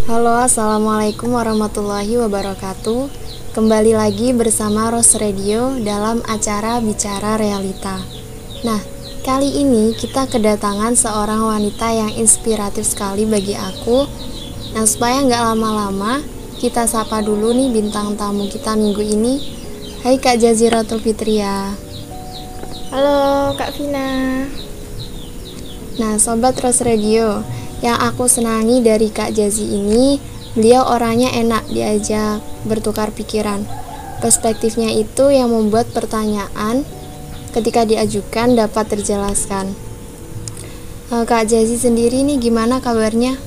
Halo, assalamualaikum warahmatullahi wabarakatuh. Kembali lagi bersama Rose Radio dalam acara Bicara Realita. Nah, kali ini kita kedatangan seorang wanita yang inspiratif sekali bagi aku. Nah, supaya nggak lama-lama, kita sapa dulu nih bintang tamu kita minggu ini. Hai Kak Jaziratul Fitria. Halo Kak Vina. Nah, Sobat Rose Radio, yang aku senangi dari Kak Jazi ini, beliau orangnya enak diajak bertukar pikiran. Perspektifnya itu yang membuat pertanyaan ketika diajukan dapat terjelaskan. Kak Jazi sendiri nih gimana kabarnya?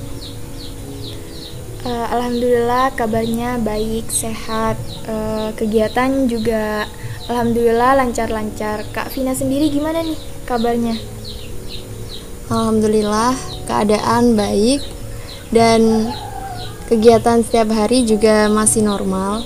Alhamdulillah kabarnya baik, sehat. Kegiatan juga alhamdulillah lancar-lancar. Kak Vina sendiri gimana nih kabarnya? Alhamdulillah keadaan baik dan kegiatan setiap hari juga masih normal.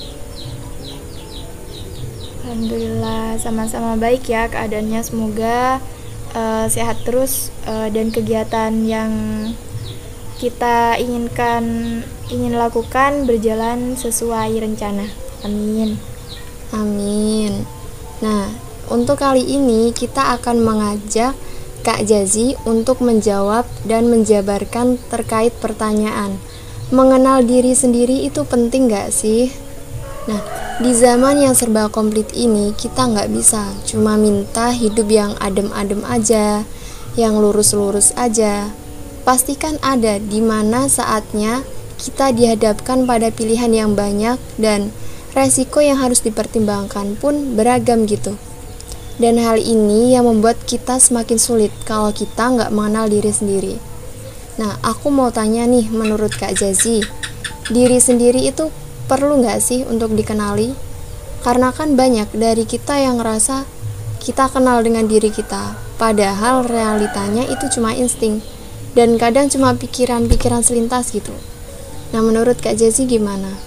Alhamdulillah sama-sama baik ya keadaannya, semoga sehat terus dan kegiatan yang kita ingin lakukan berjalan sesuai rencana. Amin. Amin. Nah, untuk kali ini kita akan mengajak Kak Jazi untuk menjawab dan menjabarkan terkait pertanyaan, mengenal diri sendiri itu penting gak sih? Nah, di zaman yang serba komplit ini, kita gak bisa cuma minta hidup yang adem-adem aja, yang lurus-lurus aja. Pastikan ada di mana saatnya kita dihadapkan pada pilihan yang banyak dan resiko yang harus dipertimbangkan pun beragam gitu. Dan hal ini yang membuat kita semakin sulit kalau kita nggak mengenal diri sendiri. Nah, aku mau tanya nih, menurut Kak Jazi, diri sendiri itu perlu nggak sih untuk dikenali? Karena kan banyak dari kita yang ngerasa kita kenal dengan diri kita, padahal realitanya itu cuma insting, dan kadang cuma pikiran-pikiran selintas gitu. Nah, menurut Kak Jazi gimana?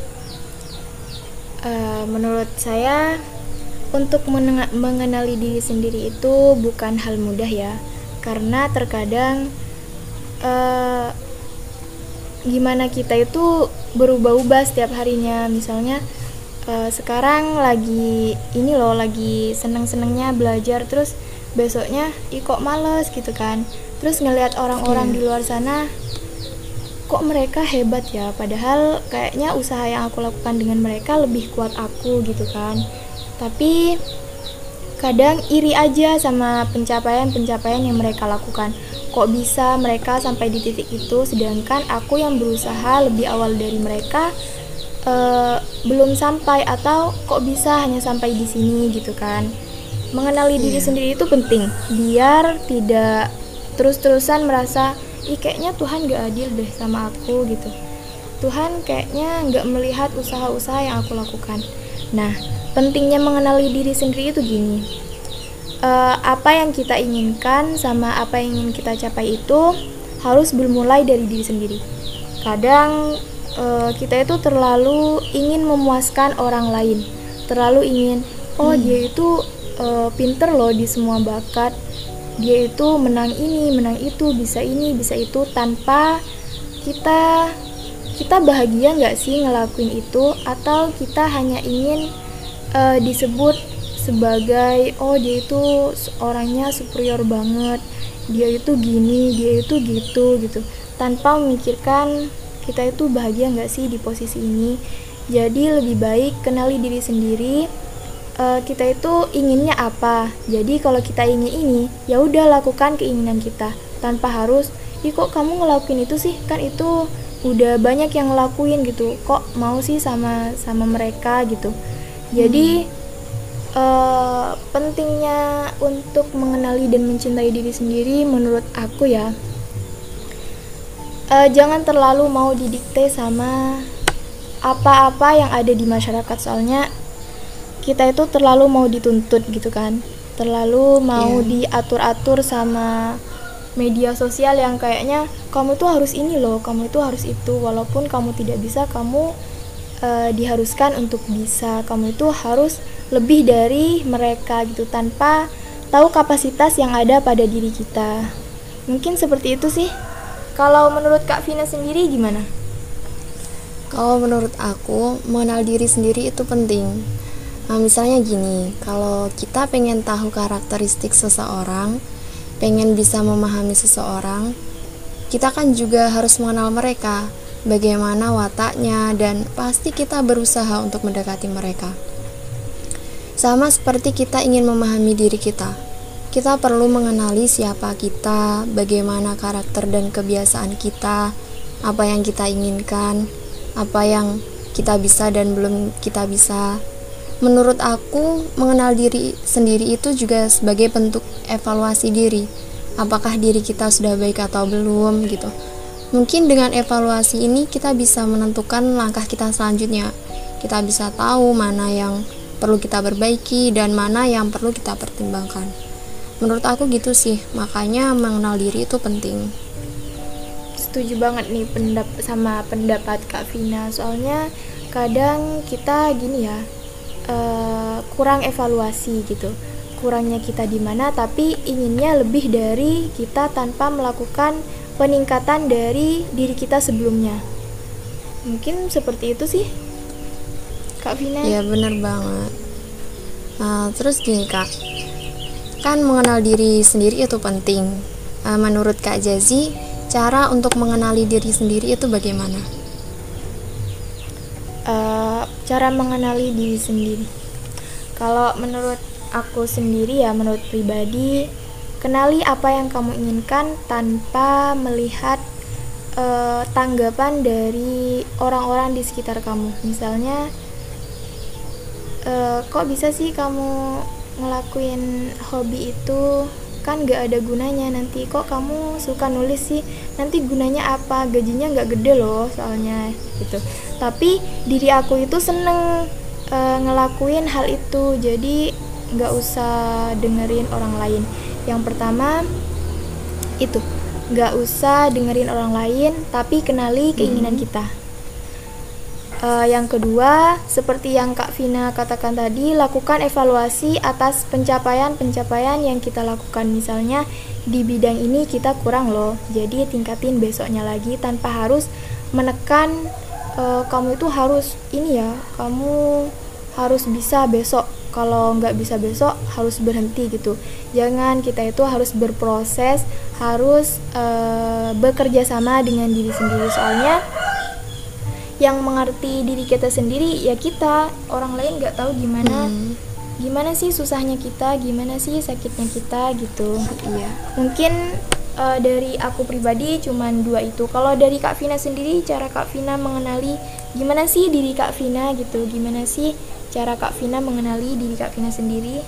Menurut saya, untuk mengenali diri sendiri itu bukan hal mudah ya, karena terkadang gimana kita itu berubah-ubah setiap harinya. Misalnya sekarang lagi seneng-senengnya belajar, terus besoknya kok males gitu kan. Terus ngelihat orang-orang di luar sana, kok mereka hebat ya, padahal kayaknya usaha yang aku lakukan dengan mereka lebih kuat aku gitu kan. Tapi kadang iri aja sama pencapaian-pencapaian yang mereka lakukan. Kok bisa mereka sampai di titik itu, sedangkan aku yang berusaha lebih awal dari mereka belum sampai, atau kok bisa hanya sampai di sini gitu kan. Mengenali diri sendiri itu penting, biar tidak terus-terusan merasa kayaknya Tuhan gak adil deh sama aku gitu. Tuhan kayaknya gak melihat usaha-usaha yang aku lakukan. Nah, pentingnya mengenali diri sendiri itu gini, apa yang kita inginkan sama apa yang ingin kita capai itu harus bermulai dari diri sendiri. Kadang kita itu terlalu ingin memuaskan orang lain, terlalu ingin dia itu pinter loh di semua bakat, dia itu menang ini, menang itu, bisa ini, bisa itu, tanpa kita bahagia nggak sih ngelakuin itu, atau kita hanya ingin disebut sebagai dia itu orangnya superior banget, dia itu gini, dia itu gitu, tanpa memikirkan kita itu bahagia nggak sih di posisi ini. Jadi lebih baik kenali diri sendiri, kita itu inginnya apa. Jadi kalau kita ingin ini, ya udah lakukan keinginan kita tanpa harus kok kamu ngelakuin itu sih, kan itu udah banyak yang ngelakuin gitu, kok mau sih sama mereka gitu. Jadi pentingnya untuk mengenali dan mencintai diri sendiri menurut aku ya, jangan terlalu mau didikte sama apa-apa yang ada di masyarakat. Soalnya kita itu terlalu mau dituntut gitu kan, terlalu mau diatur-atur sama media sosial yang kayaknya kamu tuh harus ini loh, kamu itu harus itu, walaupun kamu tidak bisa, kamu diharuskan untuk bisa, kamu itu harus lebih dari mereka gitu, tanpa tahu kapasitas yang ada pada diri kita. Mungkin seperti itu sih. Kalau menurut Kak Vina sendiri gimana? Kalau menurut aku, mengenal diri sendiri itu penting. Nah, misalnya gini, kalau kita pengen tahu karakteristik seseorang, pengen bisa memahami seseorang, kita kan juga harus mengenal mereka, bagaimana wataknya, dan pasti kita berusaha untuk mendekati mereka. Sama seperti kita ingin memahami diri kita. Kita perlu mengenali siapa kita, bagaimana karakter dan kebiasaan kita, apa yang kita inginkan, apa yang kita bisa dan belum kita bisa. Menurut aku, mengenal diri sendiri itu juga sebagai bentuk evaluasi diri. Apakah diri kita sudah baik atau belum gitu. Mungkin dengan evaluasi ini kita bisa menentukan langkah kita selanjutnya. Kita bisa tahu mana yang perlu kita perbaiki dan mana yang perlu kita pertimbangkan. Menurut aku gitu sih, makanya mengenal diri itu penting. Setuju banget nih sama pendapat Kak Vina. Soalnya kadang kita gini ya, kurang evaluasi gitu. Kurangnya kita di mana, tapi inginnya lebih dari kita tanpa melakukan peningkatan dari diri kita sebelumnya. Mungkin seperti itu sih, Kak Vina. Ya benar banget. Terus gini Kak, kan mengenal diri sendiri itu penting. Menurut Kak Jazi, cara untuk mengenali diri sendiri itu bagaimana? Cara mengenali diri sendiri. Kalau menurut aku sendiri ya, menurut pribadi, kenali apa yang kamu inginkan tanpa melihat tanggapan dari orang-orang di sekitar kamu. Misalnya, kok bisa sih kamu ngelakuin hobi itu, kan gak ada gunanya. Nanti kok kamu suka nulis sih, nanti gunanya apa, gajinya gak gede loh soalnya gitu. Tapi diri aku itu seneng ngelakuin hal itu, jadi gak usah dengerin orang lain. Yang pertama itu, gak usah dengerin orang lain, tapi kenali keinginan kita. Yang kedua, seperti yang Kak Vina katakan tadi, lakukan evaluasi atas pencapaian-pencapaian yang kita lakukan. Misalnya di bidang ini kita kurang loh, jadi tingkatin besoknya lagi tanpa harus menekan kamu itu harus ini ya, kamu harus bisa besok. Kalau nggak bisa besok harus berhenti gitu. Jangan, kita itu harus berproses, harus bekerja sama dengan diri sendiri. Soalnya yang mengerti diri kita sendiri ya kita, orang lain nggak tahu gimana sih susahnya kita, gimana sih sakitnya kita gitu. Iya. Mungkin dari aku pribadi cuman 2 itu. Kalau dari Kak Vina sendiri, cara Kak Vina mengenali gimana sih diri Kak Vina gitu, gimana sih cara Kak Vina mengenali diri Kak Vina sendiri?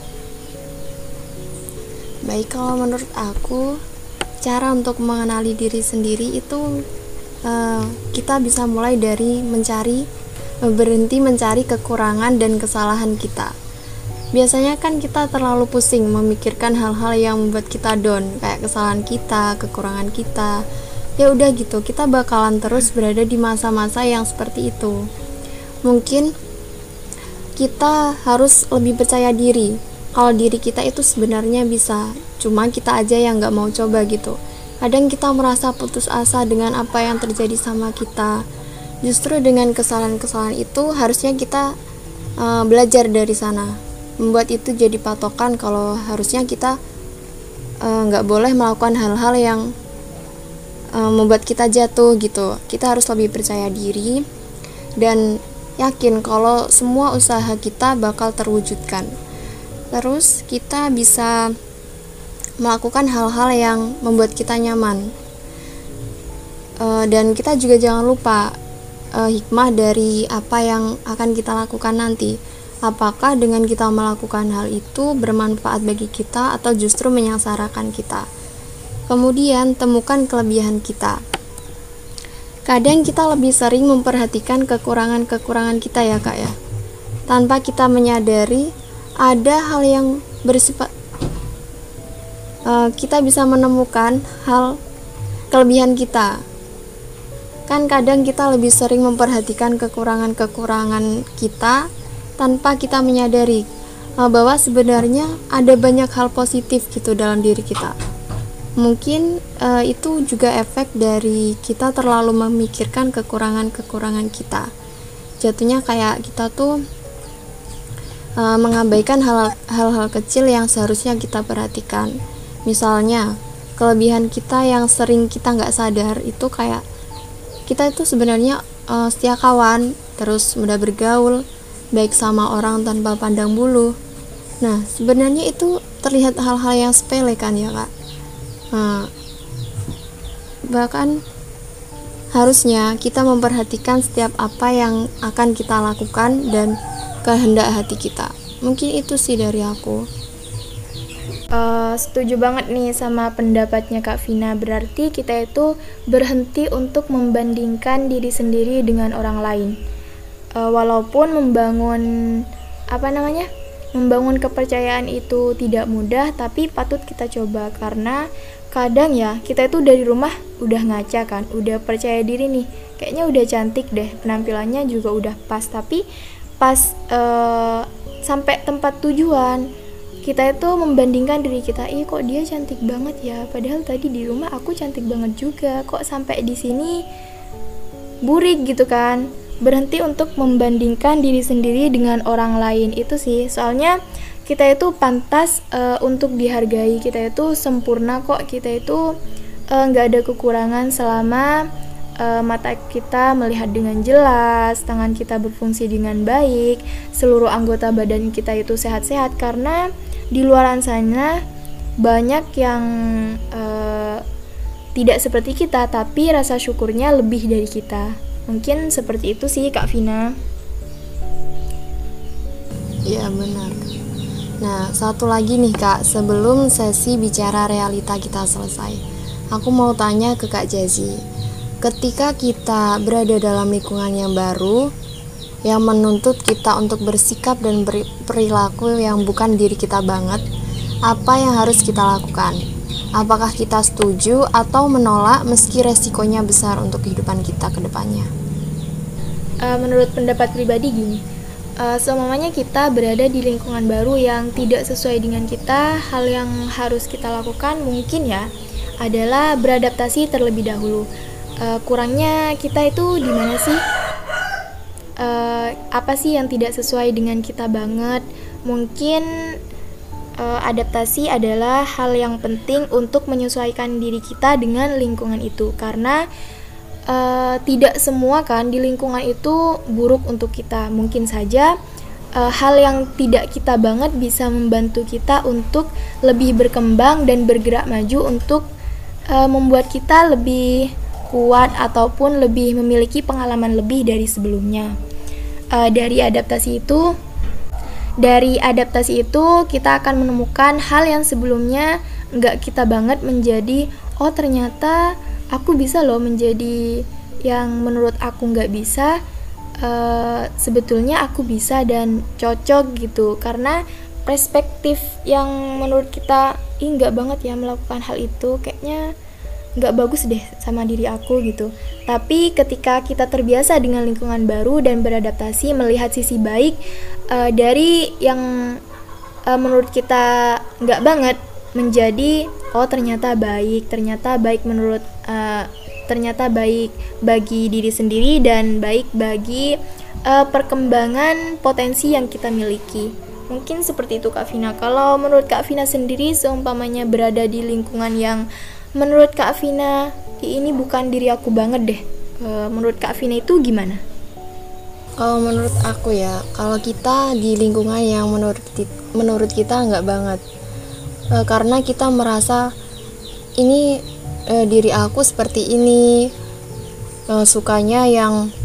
Baik, kalau menurut aku, cara untuk mengenali diri sendiri itu kita bisa mulai dari berhenti mencari kekurangan dan kesalahan kita. Biasanya kan kita terlalu pusing memikirkan hal-hal yang membuat kita down, kayak kesalahan kita, kekurangan kita. Ya udah gitu, kita bakalan terus berada di masa-masa yang seperti itu. Mungkin kita harus lebih percaya diri kalau diri kita itu sebenarnya bisa, cuma kita aja yang gak mau coba gitu. Kadang kita merasa putus asa dengan apa yang terjadi sama kita. Justru dengan kesalahan-kesalahan itu harusnya kita belajar dari sana, membuat itu jadi patokan kalau harusnya kita gak boleh melakukan hal-hal yang membuat kita jatuh gitu. Kita harus lebih percaya diri dan yakin kalau semua usaha kita bakal terwujudkan. Terus kita bisa melakukan hal-hal yang membuat kita nyaman, dan kita juga jangan lupa hikmah dari apa yang akan kita lakukan nanti. Apakah dengan kita melakukan hal itu bermanfaat bagi kita atau justru menyengsarakan kita. Kemudian temukan kelebihan kita. Kadang kita lebih sering memperhatikan kekurangan-kekurangan kita ya Kak ya, tanpa kita menyadari ada hal yang bersifat kita bisa menemukan hal kelebihan kita. Kan kadang kita lebih sering memperhatikan kekurangan-kekurangan kita tanpa kita menyadari bahwa sebenarnya ada banyak hal positif gitu dalam diri kita. Mungkin itu juga efek dari kita terlalu memikirkan kekurangan-kekurangan kita. Jatuhnya kayak kita tuh mengabaikan hal-hal kecil yang seharusnya kita perhatikan. Misalnya kelebihan kita yang sering kita nggak sadar itu kayak kita itu sebenarnya setia kawan, terus mudah bergaul, baik sama orang tanpa pandang bulu. Nah, sebenarnya itu terlihat hal-hal yang sepele kan ya kak. Bahkan harusnya kita memperhatikan setiap apa yang akan kita lakukan dan kehendak hati kita. Mungkin itu sih dari aku. Setuju banget nih sama pendapatnya Kak Vina. Berarti kita itu berhenti untuk membandingkan diri sendiri dengan orang lain. Walaupun membangun kepercayaan itu tidak mudah, tapi patut kita coba. Karena kadang ya kita itu dari rumah udah ngaca kan, udah percaya diri nih, kayaknya udah cantik deh, penampilannya juga udah pas, tapi pas sampai tempat tujuan kita itu membandingkan diri kita, kok dia cantik banget ya, padahal tadi di rumah aku cantik banget juga, kok sampai di sini burik gitu kan. Berhenti untuk membandingkan diri sendiri dengan orang lain itu sih, soalnya kita itu pantas untuk dihargai, kita itu sempurna kok, kita itu nggak ada kekurangan selama mata kita melihat dengan jelas, tangan kita berfungsi dengan baik, seluruh anggota badan kita itu sehat-sehat. Karena di luaran sana banyak yang tidak seperti kita, tapi rasa syukurnya lebih dari kita. Mungkin seperti itu sih Kak Vina. Iya benar. Nah, satu lagi nih Kak, sebelum sesi bicara realita kita selesai, aku mau tanya ke Kak Jazi. Ketika kita berada dalam lingkungan yang baru, yang menuntut kita untuk bersikap dan perilaku yang bukan diri kita banget, apa yang harus kita lakukan? Apakah kita setuju atau menolak meski resikonya besar untuk kehidupan kita ke depannya? Menurut pendapat pribadi gini, seumpamanya kita berada di lingkungan baru yang tidak sesuai dengan kita, hal yang harus kita lakukan mungkin ya adalah beradaptasi terlebih dahulu. Kurangnya kita itu di mana sih? Apa sih yang tidak sesuai dengan kita banget? Mungkin adaptasi adalah hal yang penting untuk menyesuaikan diri kita dengan lingkungan itu, karena tidak semua kan di lingkungan itu buruk untuk kita. Mungkin saja hal yang tidak kita banget bisa membantu kita untuk lebih berkembang dan bergerak maju untuk membuat kita lebih kuat ataupun lebih memiliki pengalaman lebih dari sebelumnya. Dari adaptasi itu kita akan menemukan hal yang sebelumnya nggak kita banget menjadi, oh ternyata aku bisa loh menjadi yang menurut aku nggak bisa, sebetulnya aku bisa dan cocok gitu. Karena perspektif yang menurut kita nggak banget ya melakukan hal itu, kayaknya nggak bagus deh sama diri aku gitu. Tapi ketika kita terbiasa dengan lingkungan baru dan beradaptasi, melihat sisi baik dari yang menurut kita nggak banget menjadi, oh ternyata baik menurut ternyata baik bagi diri sendiri dan baik bagi perkembangan potensi yang kita miliki. Mungkin seperti itu Kak Vina. Kalau menurut Kak Vina sendiri, seumpamanya berada di lingkungan yang menurut Kak Vina ini bukan diri aku banget deh, menurut Kak Vina itu gimana? Kalau menurut aku ya, kalau kita di lingkungan yang menurut kita nggak banget, karena kita merasa ini diri aku seperti ini, sukanya yang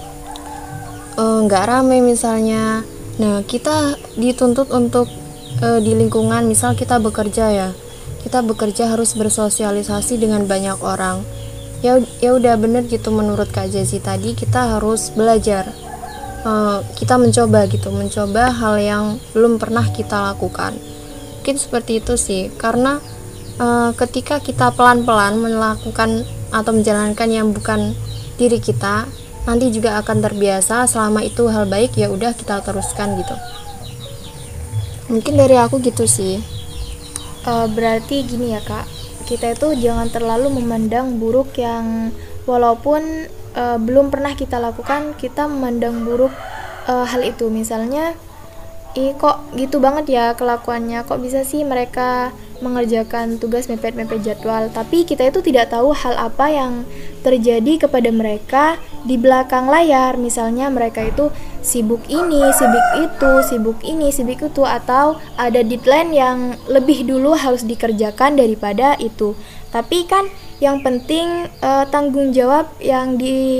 nggak rame misalnya. Nah, kita dituntut untuk di lingkungan, misal kita bekerja harus bersosialisasi dengan banyak orang. Ya udah bener gitu menurut Kak Jazi tadi, kita harus belajar. Kita mencoba hal yang belum pernah kita lakukan. Mungkin seperti itu sih, karena ketika kita pelan-pelan melakukan atau menjalankan yang bukan diri kita, nanti juga akan terbiasa. Selama itu hal baik, ya udah kita teruskan gitu. Mungkin dari aku gitu sih. Berarti gini ya Kak, kita itu jangan terlalu memandang buruk yang walaupun belum pernah kita lakukan, kita memandang buruk hal itu. Misalnya, kok gitu banget ya kelakuannya, kok bisa sih mereka mengerjakan tugas mepet-mepet jadwal, tapi kita itu tidak tahu hal apa yang terjadi kepada mereka di belakang layar. Misalnya mereka itu sibuk ini, sibuk itu, sibuk ini, sibuk itu, atau ada deadline yang lebih dulu harus dikerjakan daripada itu. Tapi kan yang penting tanggung jawab yang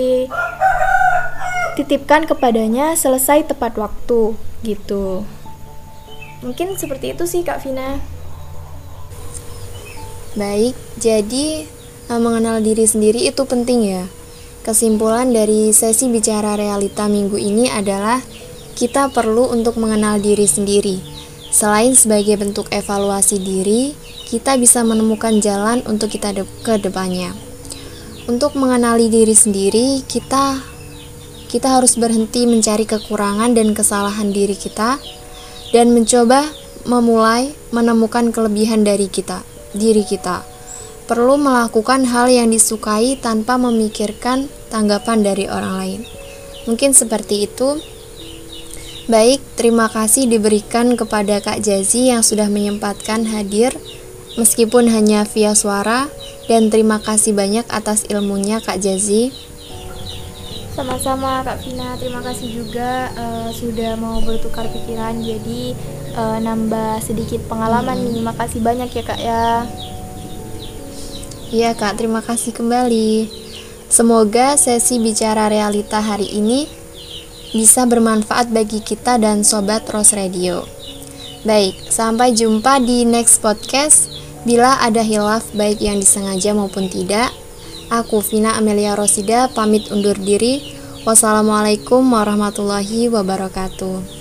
dititipkan kepadanya selesai tepat waktu gitu. Mungkin seperti itu sih Kak Vina. Baik, jadi mengenal diri sendiri itu penting ya. Kesimpulan dari sesi bicara realita minggu ini adalah kita perlu untuk mengenal diri sendiri. Selain sebagai bentuk evaluasi diri, kita bisa menemukan jalan untuk kita ke depannya. Untuk mengenali diri sendiri, kita harus berhenti mencari kekurangan dan kesalahan diri kita dan mencoba memulai menemukan kelebihan diri kita. Perlu melakukan hal yang disukai tanpa memikirkan tanggapan dari orang lain. Mungkin seperti itu. Baik, terima kasih diberikan kepada Kak Jazi yang sudah menyempatkan hadir meskipun hanya via suara, dan terima kasih banyak atas ilmunya Kak Jazi. Sama-sama Kak Vina, terima kasih juga sudah mau bertukar pikiran, jadi nambah sedikit pengalaman nih. Makasih banyak ya Kak ya. Iya Kak, terima kasih kembali. Semoga sesi bicara realita hari ini bisa bermanfaat bagi kita dan Sobat Rose Radio. Baik, sampai jumpa di next podcast. Bila ada hilaf baik yang disengaja maupun tidak, aku Vina Amelia Rosida pamit undur diri. Wassalamualaikum warahmatullahi wabarakatuh.